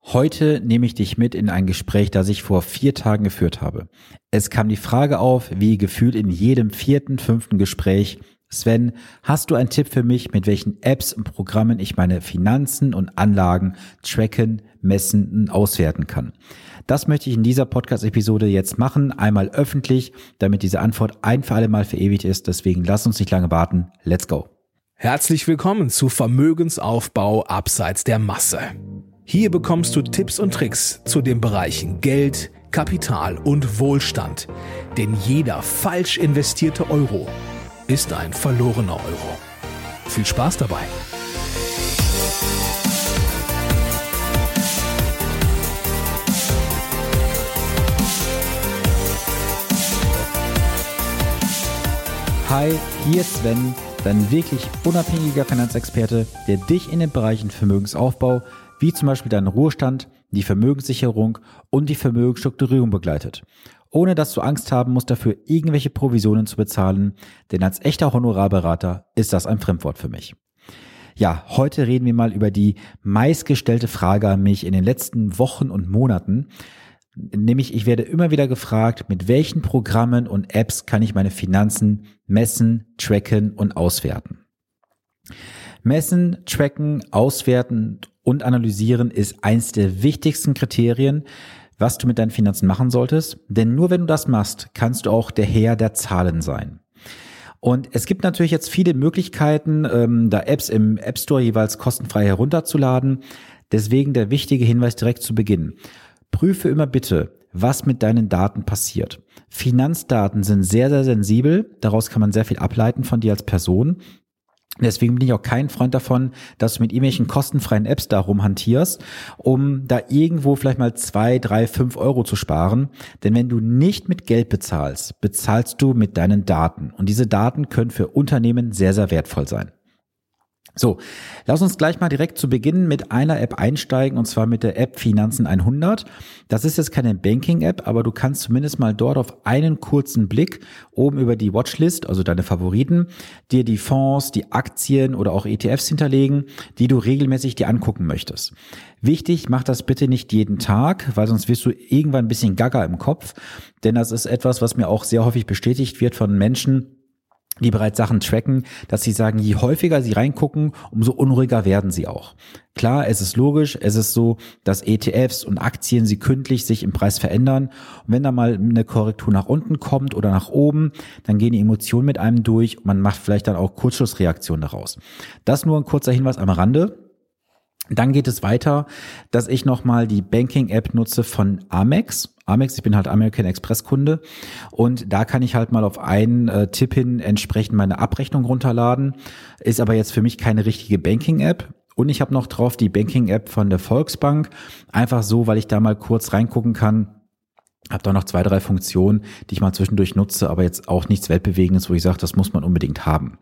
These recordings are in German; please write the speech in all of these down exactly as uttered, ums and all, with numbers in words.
Heute nehme ich dich mit in ein Gespräch, das ich vor vier Tagen geführt habe. Es kam die Frage auf, wie gefühlt in jedem vierten, fünften Gespräch: Sven, hast du einen Tipp für mich, mit welchen Apps und Programmen ich meine Finanzen und Anlagen tracken, messen und auswerten kann? Das möchte ich in dieser Podcast-Episode jetzt machen, einmal öffentlich, damit diese Antwort ein für alle Mal verewigt ist. Deswegen lass uns nicht lange warten. Let's go. Herzlich willkommen zu Vermögensaufbau abseits der Masse. Hier bekommst du Tipps und Tricks zu den Bereichen Geld, Kapital und Wohlstand. Denn jeder falsch investierte Euro ist ein verlorener Euro. Viel Spaß dabei! Hi, hier ist Sven, dein wirklich unabhängiger Finanzexperte, der dich in den Bereichen Vermögensaufbau, wie zum Beispiel deinen Ruhestand, die Vermögenssicherung und die Vermögensstrukturierung begleitet. Ohne dass du Angst haben musst, dafür irgendwelche Provisionen zu bezahlen, denn als echter Honorarberater ist das ein Fremdwort für mich. Ja, heute reden wir mal über die meistgestellte Frage an mich in den letzten Wochen und Monaten. Nämlich, ich werde immer wieder gefragt, mit welchen Programmen und Apps kann ich meine Finanzen messen, tracken und auswerten. Messen, tracken, auswerten und analysieren ist eins der wichtigsten Kriterien, was du mit deinen Finanzen machen solltest. Denn nur wenn du das machst, kannst du auch der Herr der Zahlen sein. Und es gibt natürlich jetzt viele Möglichkeiten, ähm, da Apps im App Store jeweils kostenfrei herunterzuladen. Deswegen der wichtige Hinweis direkt zu Beginn. Prüfe immer bitte, was mit deinen Daten passiert. Finanzdaten sind sehr, sehr sensibel. Daraus kann man sehr viel ableiten von dir als Person. Deswegen bin ich auch kein Freund davon, dass du mit irgendwelchen kostenfreien Apps da rumhantierst, um da irgendwo vielleicht mal zwei, drei, fünf Euro zu sparen. Denn wenn du nicht mit Geld bezahlst, bezahlst du mit deinen Daten. Und diese Daten können für Unternehmen sehr, sehr wertvoll sein. So, lass uns gleich mal direkt zu Beginn mit einer App einsteigen, und zwar mit der App Finanzen hundert. Das ist jetzt keine Banking-App, aber du kannst zumindest mal dort auf einen kurzen Blick oben über die Watchlist, also deine Favoriten, dir die Fonds, die Aktien oder auch E T Fs hinterlegen, die du regelmäßig dir angucken möchtest. Wichtig, mach das bitte nicht jeden Tag, weil sonst wirst du irgendwann ein bisschen gaga im Kopf, denn das ist etwas, was mir auch sehr häufig bestätigt wird von Menschen, die bereits Sachen tracken, dass sie sagen, je häufiger sie reingucken, umso unruhiger werden sie auch. Klar, es ist logisch, es ist so, dass E T Fs und Aktien sekündlich sich im Preis verändern. Und wenn da mal eine Korrektur nach unten kommt oder nach oben, dann gehen die Emotionen mit einem durch und man macht vielleicht dann auch Kurzschlussreaktionen daraus. Das nur ein kurzer Hinweis am Rande. Dann geht es weiter, dass ich nochmal die Banking-App nutze von Amex. Amex, ich bin halt American Express Kunde und da kann ich halt mal auf einen äh, Tipp hin entsprechend meine Abrechnung runterladen. Ist aber jetzt für mich keine richtige Banking-App. Und ich habe noch drauf die Banking-App von der Volksbank. Einfach so, weil ich da mal kurz reingucken kann. Habe da noch zwei, drei Funktionen, die ich mal zwischendurch nutze, aber jetzt auch nichts Weltbewegendes, wo ich sage, das muss man unbedingt haben.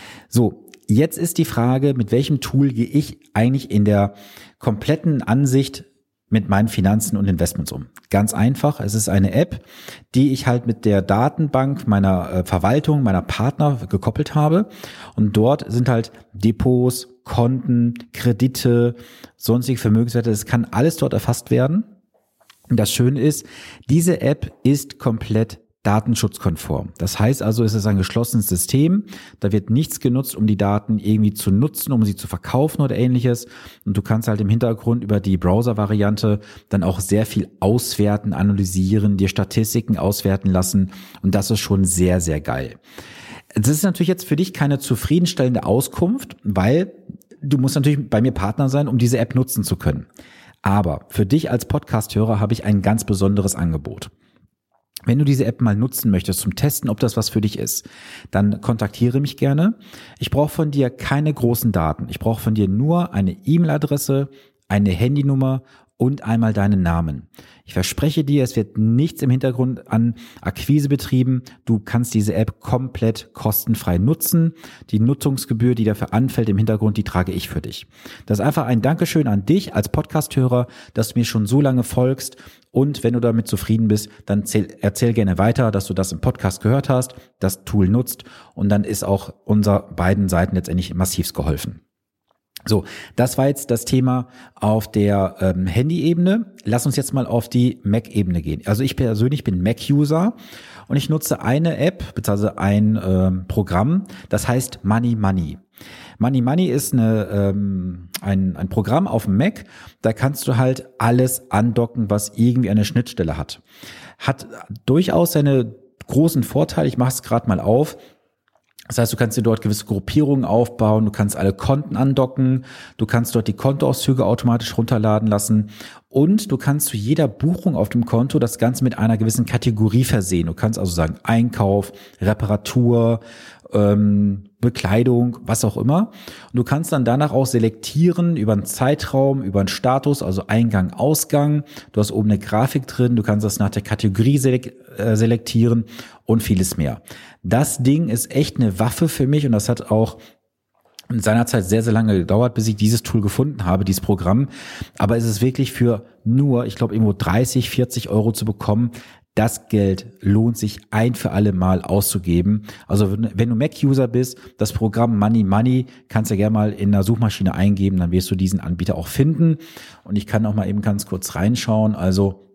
So. Jetzt ist die Frage, mit welchem Tool gehe ich eigentlich in der kompletten Ansicht mit meinen Finanzen und Investments um? Ganz einfach, es ist eine App, die ich halt mit der Datenbank meiner Verwaltung, meiner Partner gekoppelt habe. Und dort sind halt Depots, Konten, Kredite, sonstige Vermögenswerte, es kann alles dort erfasst werden. Und das Schöne ist, diese App ist komplett datenschutzkonform. Das heißt also, es ist ein geschlossenes System. Da wird nichts genutzt, um die Daten irgendwie zu nutzen, um sie zu verkaufen oder ähnliches. Und du kannst halt im Hintergrund über die Browser-Variante dann auch sehr viel auswerten, analysieren, dir Statistiken auswerten lassen. Und das ist schon sehr, sehr geil. Das ist natürlich jetzt für dich keine zufriedenstellende Auskunft, weil du musst natürlich bei mir Partner sein, um diese App nutzen zu können. Aber für dich als Podcast-Hörer habe ich ein ganz besonderes Angebot. Wenn du diese App mal nutzen möchtest zum Testen, ob das was für dich ist, dann kontaktiere mich gerne. Ich brauche von dir keine großen Daten. Ich brauche von dir nur eine E-Mail-Adresse, eine Handynummer und einmal deinen Namen. Ich verspreche dir, es wird nichts im Hintergrund an Akquise betrieben. Du kannst diese App komplett kostenfrei nutzen. Die Nutzungsgebühr, die dafür anfällt im Hintergrund, die trage ich für dich. Das ist einfach ein Dankeschön an dich als Podcast-Hörer, dass du mir schon so lange folgst. Und wenn du damit zufrieden bist, dann erzähl, erzähl gerne weiter, dass du das im Podcast gehört hast, das Tool nutzt und dann ist auch unser beiden Seiten letztendlich massivst geholfen. So, das war jetzt das Thema auf der ähm, Handy-Ebene. Lass uns jetzt mal auf die Mac-Ebene gehen. Also ich persönlich bin Mac-User und ich nutze eine App, beziehungsweise ein ähm, Programm, das heißt Money Money. Money Money ist eine, ähm, ein, ein Programm auf dem Mac, da kannst du halt alles andocken, was irgendwie eine Schnittstelle hat. Hat durchaus seine großen Vorteile, ich mache es gerade mal auf. Das heißt, du kannst dir dort gewisse Gruppierungen aufbauen, du kannst alle Konten andocken, du kannst dort die Kontoauszüge automatisch runterladen lassen und du kannst zu jeder Buchung auf dem Konto das Ganze mit einer gewissen Kategorie versehen. Du kannst also sagen Einkauf, Reparatur, ähm, Bekleidung, was auch immer. Und du kannst dann danach auch selektieren über einen Zeitraum, über einen Status, also Eingang, Ausgang. Du hast oben eine Grafik drin, du kannst das nach der Kategorie selek- äh, selektieren und vieles mehr. Das Ding ist echt eine Waffe für mich und das hat auch in seiner Zeit sehr, sehr lange gedauert, bis ich dieses Tool gefunden habe, dieses Programm. Aber es ist wirklich für nur, ich glaube, irgendwo dreißig, vierzig Euro zu bekommen. Das Geld lohnt sich ein für alle Mal auszugeben. Also wenn du Mac-User bist, das Programm Money Money kannst du gerne mal in der Suchmaschine eingeben, dann wirst du diesen Anbieter auch finden. Und ich kann auch mal eben ganz kurz reinschauen. Also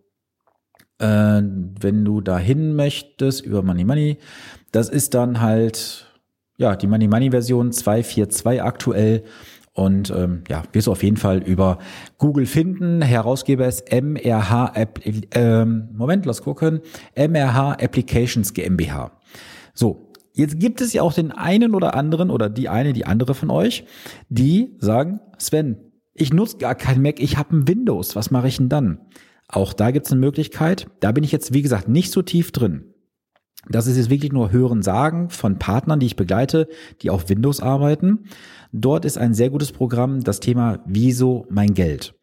äh, wenn du da hin möchtest über Money Money, das ist dann halt ja die Money Money Version zwei Punkt vier Punkt zwei aktuell. Und ähm, ja, wirst du auf jeden Fall über Google finden. Herausgeber ist M R H, ähm, Moment, lass gucken, M R H Applications GmbH. So, jetzt gibt es ja auch den einen oder anderen oder die eine, die andere von euch, die sagen, Sven, ich nutze gar kein Mac, ich habe ein Windows, was mache ich denn dann? Auch da gibt es eine Möglichkeit. Da bin ich jetzt, wie gesagt, nicht so tief drin. Das ist jetzt wirklich nur Hören sagen von Partnern, die ich begleite, die auf Windows arbeiten. Dort ist ein sehr gutes Programm, das Thema Wieso mein Geld.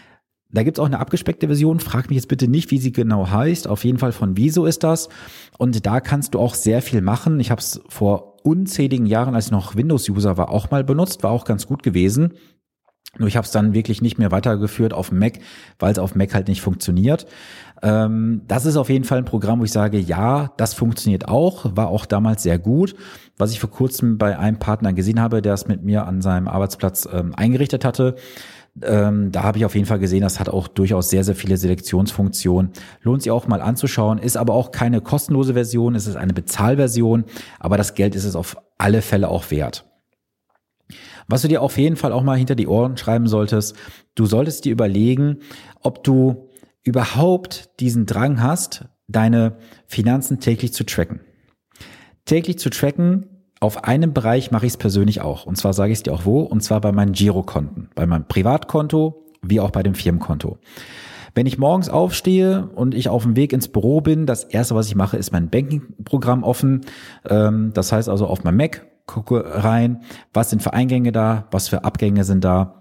Da gibt es auch eine abgespeckte Version, frag mich jetzt bitte nicht, wie sie genau heißt. Auf jeden Fall von Wieso ist das. Und da kannst du auch sehr viel machen. Ich habe es vor unzähligen Jahren, als ich noch Windows-User war, auch mal benutzt, war auch ganz gut gewesen. Nur ich habe es dann wirklich nicht mehr weitergeführt auf dem Mac, weil es auf Mac halt nicht funktioniert. Ähm, das ist auf jeden Fall ein Programm, wo ich sage, ja, das funktioniert auch, war auch damals sehr gut. Was ich vor kurzem bei einem Partner gesehen habe, der es mit mir an seinem Arbeitsplatz ähm, eingerichtet hatte, ähm, da habe ich auf jeden Fall gesehen, das hat auch durchaus sehr, sehr viele Selektionsfunktionen. Lohnt sich auch mal anzuschauen, ist aber auch keine kostenlose Version, es ist eine Bezahlversion, aber das Geld ist es auf alle Fälle auch wert. Was du dir auf jeden Fall auch mal hinter die Ohren schreiben solltest, du solltest dir überlegen, ob du überhaupt diesen Drang hast, deine Finanzen täglich zu tracken. Täglich zu tracken, auf einem Bereich mache ich es persönlich auch. Und zwar sage ich es dir auch wo, und zwar bei meinen Girokonten, bei meinem Privatkonto wie auch bei dem Firmenkonto. Wenn ich morgens aufstehe und ich auf dem Weg ins Büro bin, das erste, was ich mache, ist mein Banking-Programm offen. Das heißt also auf meinem Mac, gucke rein, was sind für Eingänge da, was für Abgänge sind da.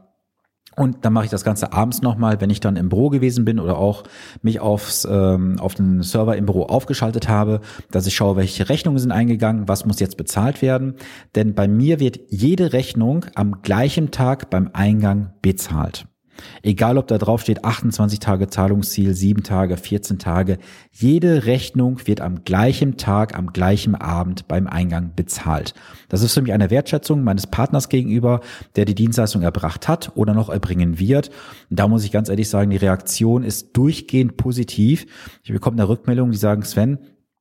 Und dann mache ich das Ganze abends nochmal, wenn ich dann im Büro gewesen bin oder auch mich aufs, ähm, auf den Server im Büro aufgeschaltet habe, dass ich schaue, welche Rechnungen sind eingegangen, was muss jetzt bezahlt werden. Denn bei mir wird jede Rechnung am gleichen Tag beim Eingang bezahlt. Egal, ob da drauf steht achtundzwanzig Tage Zahlungsziel, sieben Tage, vierzehn Tage. Jede Rechnung wird am gleichen Tag, am gleichen Abend beim Eingang bezahlt. Das ist für mich eine Wertschätzung meines Partners gegenüber, der die Dienstleistung erbracht hat oder noch erbringen wird. Und da muss ich ganz ehrlich sagen, die Reaktion ist durchgehend positiv. Ich bekomme eine Rückmeldung, die sagen, Sven,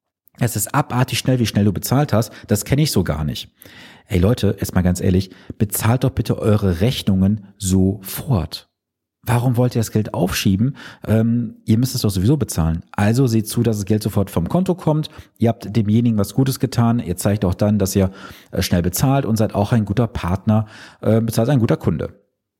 es ist abartig schnell, wie schnell du bezahlt hast. Das kenne ich so gar nicht. Ey Leute, jetzt mal ganz ehrlich, bezahlt doch bitte eure Rechnungen sofort. Warum wollt ihr das Geld aufschieben? Ähm, ihr müsst es doch sowieso bezahlen. Also seht zu, dass das Geld sofort vom Konto kommt. Ihr habt demjenigen was Gutes getan. Ihr zeigt auch dann, dass ihr äh, schnell bezahlt und seid auch ein guter Partner, äh, bezahlt ein guter Kunde.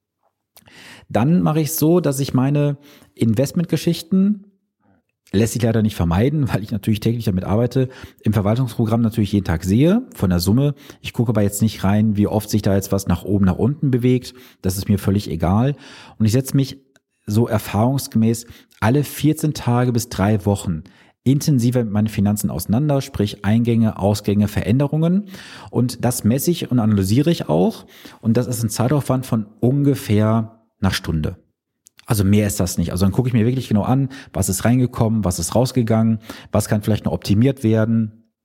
Dann mache ich es so, dass ich meine Investmentgeschichten, lässt sich leider nicht vermeiden, weil ich natürlich täglich damit arbeite, im Verwaltungsprogramm natürlich jeden Tag sehe von der Summe. Ich gucke aber jetzt nicht rein, wie oft sich da jetzt was nach oben, nach unten bewegt. Das ist mir völlig egal. Und ich setze mich so erfahrungsgemäß alle vierzehn Tage bis drei Wochen intensiver mit meinen Finanzen auseinander, sprich Eingänge, Ausgänge, Veränderungen. Und das messe ich und analysiere ich auch. Und das ist ein Zeitaufwand von ungefähr einer Stunde. Also mehr ist das nicht. Also dann gucke ich mir wirklich genau an, was ist reingekommen, was ist rausgegangen, was kann vielleicht noch optimiert werden.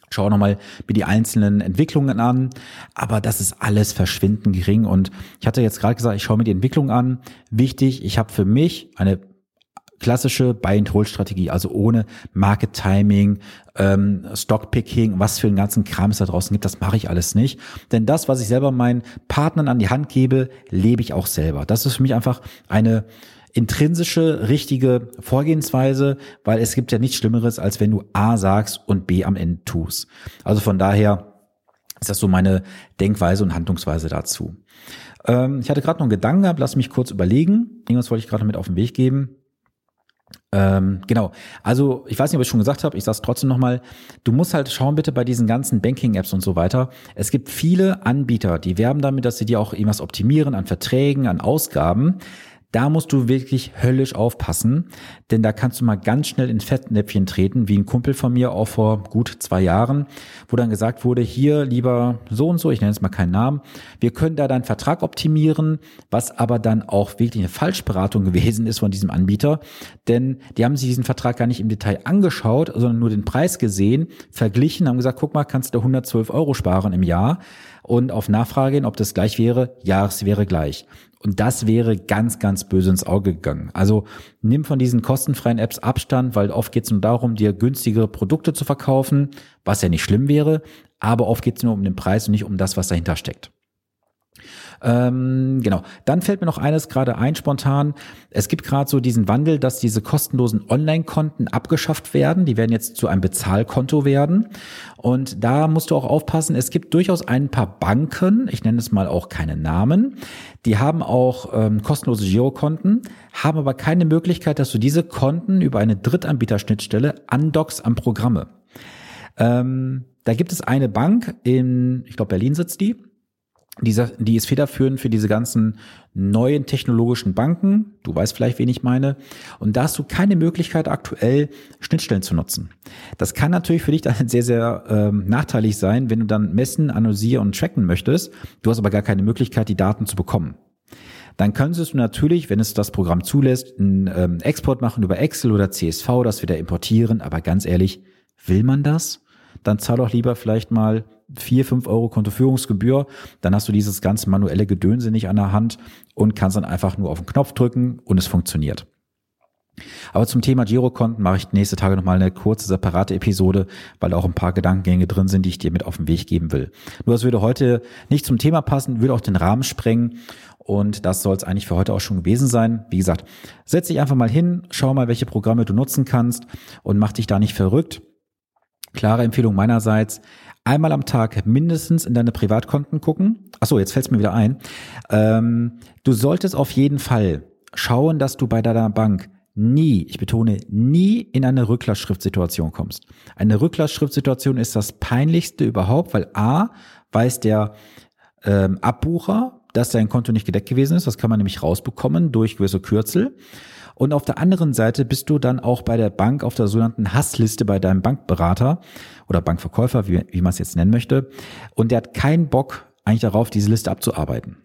Schau nochmal mir die einzelnen Entwicklungen an, aber das ist alles verschwindend gering und ich hatte jetzt gerade gesagt, ich schaue mir die Entwicklung an. Wichtig, ich habe für mich eine klassische Buy-and-Hold-Strategie, also ohne Market-Timing, ähm, Stock-Picking, was für einen ganzen Kram es da draußen gibt, das mache ich alles nicht. Denn das, was ich selber meinen Partnern an die Hand gebe, lebe ich auch selber. Das ist für mich einfach eine intrinsische, richtige Vorgehensweise, weil es gibt ja nichts Schlimmeres, als wenn du A sagst und B am Ende tust. Also von daher ist das so meine Denkweise und Handlungsweise dazu. Ähm, ich hatte gerade noch einen Gedanken gehabt, lass mich kurz überlegen. Irgendwas wollte ich gerade mit auf den Weg geben. Ähm, genau, also ich weiß nicht, ob ich schon gesagt habe, ich sage es trotzdem nochmal, du musst halt schauen bitte bei diesen ganzen Banking-Apps und so weiter, es gibt viele Anbieter, die werben damit, dass sie dir auch irgendwas optimieren an Verträgen, an Ausgaben. Da musst du wirklich höllisch aufpassen, denn da kannst du mal ganz schnell in Fettnäpfchen treten, wie ein Kumpel von mir auch vor gut zwei Jahren, wo dann gesagt wurde, hier lieber so und so, ich nenne jetzt mal keinen Namen, wir können da deinen Vertrag optimieren, was aber dann auch wirklich eine Falschberatung gewesen ist von diesem Anbieter, denn die haben sich diesen Vertrag gar nicht im Detail angeschaut, sondern nur den Preis gesehen, verglichen, haben gesagt, guck mal, kannst du hundertzwölf Euro sparen im Jahr und auf Nachfrage hin, ob das gleich wäre, ja, es wäre gleich. Und das wäre ganz, ganz böse ins Auge gegangen. Also nimm von diesen kostenfreien Apps Abstand, weil oft geht es nur darum, dir günstigere Produkte zu verkaufen, was ja nicht schlimm wäre, aber oft geht es nur um den Preis und nicht um das, was dahinter steckt. Ähm, genau. Dann fällt mir noch eines gerade ein, spontan. Es gibt gerade so diesen Wandel, dass diese kostenlosen Online-Konten abgeschafft werden. Die werden jetzt zu einem Bezahlkonto werden. Und da musst du auch aufpassen. Es gibt durchaus ein paar Banken, ich nenne es mal auch keine Namen, die haben auch ähm, kostenlose Girokonten, haben aber keine Möglichkeit, dass du diese Konten über eine Drittanbieterschnittstelle andockst an Programme. Ähm, da gibt es eine Bank in, ich glaube Berlin sitzt die, Dieser, die ist federführend für diese ganzen neuen technologischen Banken. Du weißt vielleicht, wen ich meine. Und da hast du keine Möglichkeit, aktuell Schnittstellen zu nutzen. Das kann natürlich für dich dann sehr, sehr ähm, nachteilig sein, wenn du dann messen, analysieren und tracken möchtest. Du hast aber gar keine Möglichkeit, die Daten zu bekommen. Dann könntest du natürlich, wenn es das Programm zulässt, einen ähm, Export machen über Excel oder C S V, das wieder importieren. Aber ganz ehrlich, will man das? Dann zahl doch lieber vielleicht mal vier, fünf Euro Kontoführungsgebühr, dann hast du dieses ganze manuelle Gedönse nicht an der Hand und kannst dann einfach nur auf den Knopf drücken und es funktioniert. Aber zum Thema Girokonten mache ich nächste Tage nochmal eine kurze, separate Episode, weil auch ein paar Gedankengänge drin sind, die ich dir mit auf den Weg geben will. Nur das würde heute nicht zum Thema passen, würde auch den Rahmen sprengen und das soll es eigentlich für heute auch schon gewesen sein. Wie gesagt, setz dich einfach mal hin, schau mal, welche Programme du nutzen kannst und mach dich da nicht verrückt. Klare Empfehlung meinerseits, einmal am Tag mindestens in deine Privatkonten gucken. Achso, jetzt fällt es mir wieder ein. Ähm, du solltest auf jeden Fall schauen, dass du bei deiner Bank nie, ich betone, nie in eine Rücklastschriftsituation kommst. Eine Rücklastschriftsituation ist das Peinlichste überhaupt, weil A, weiß der ähm, Abbucher, dass dein Konto nicht gedeckt gewesen ist. Das kann man nämlich rausbekommen durch gewisse Kürzel. Und auf der anderen Seite bist du dann auch bei der Bank auf der sogenannten Hassliste bei deinem Bankberater oder Bankverkäufer, wie, wie man es jetzt nennen möchte. Und der hat keinen Bock eigentlich darauf, diese Liste abzuarbeiten.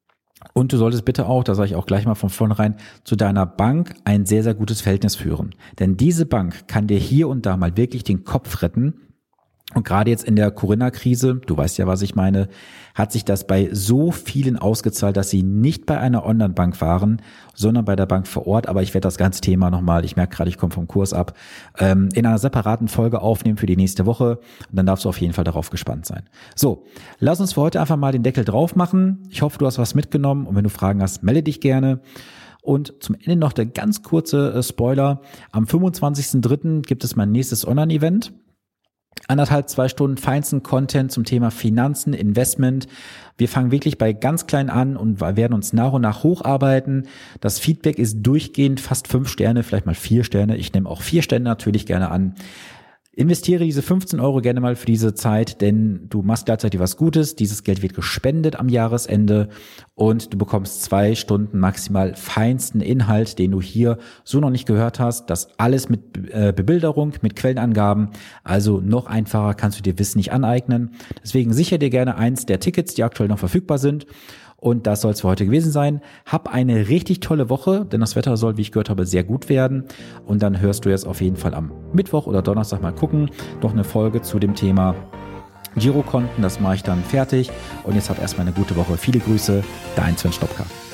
Und du solltest bitte auch, da sage ich auch gleich mal von vornherein, zu deiner Bank ein sehr, sehr gutes Verhältnis führen. Denn diese Bank kann dir hier und da mal wirklich den Kopf retten. Und gerade jetzt in der Corinna-Krise, du weißt ja, was ich meine, hat sich das bei so vielen ausgezahlt, dass sie nicht bei einer Online-Bank waren, sondern bei der Bank vor Ort. Aber ich werde das ganze Thema nochmal, ich merke gerade, ich komme vom Kurs ab, ähm, in einer separaten Folge aufnehmen für die nächste Woche. Und dann darfst du auf jeden Fall darauf gespannt sein. So, lass uns für heute einfach mal den Deckel drauf machen. Ich hoffe, du hast was mitgenommen. Und wenn du Fragen hast, melde dich gerne. Und zum Ende noch der ganz kurze äh, Spoiler. Am fünfundzwanzigsten dritten gibt es mein nächstes Online-Event. Anderthalb, zwei Stunden feinsten Content zum Thema Finanzen, Investment. Wir fangen wirklich bei ganz klein an und werden uns nach und nach hocharbeiten. Das Feedback ist durchgehend fast fünf Sterne, vielleicht mal vier Sterne. Ich nehme auch vier Sterne natürlich gerne an. Investiere diese fünfzehn Euro gerne mal für diese Zeit, denn du machst gleichzeitig was Gutes. Dieses Geld wird gespendet am Jahresende und du bekommst zwei Stunden maximal feinsten Inhalt, den du hier so noch nicht gehört hast. Das alles mit äh, Bebilderung, mit Quellenangaben. Also noch einfacher kannst du dir Wissen nicht aneignen. Deswegen sicher dir gerne eins der Tickets, die aktuell noch verfügbar sind. Und das soll es für heute gewesen sein. Hab eine richtig tolle Woche, denn das Wetter soll, wie ich gehört habe, sehr gut werden. Und dann hörst du jetzt auf jeden Fall am Mittwoch oder Donnerstag mal gucken, noch eine Folge zu dem Thema Girokonten. Das mache ich dann fertig. Und jetzt hab erstmal eine gute Woche. Viele Grüße, dein Sven Stopka.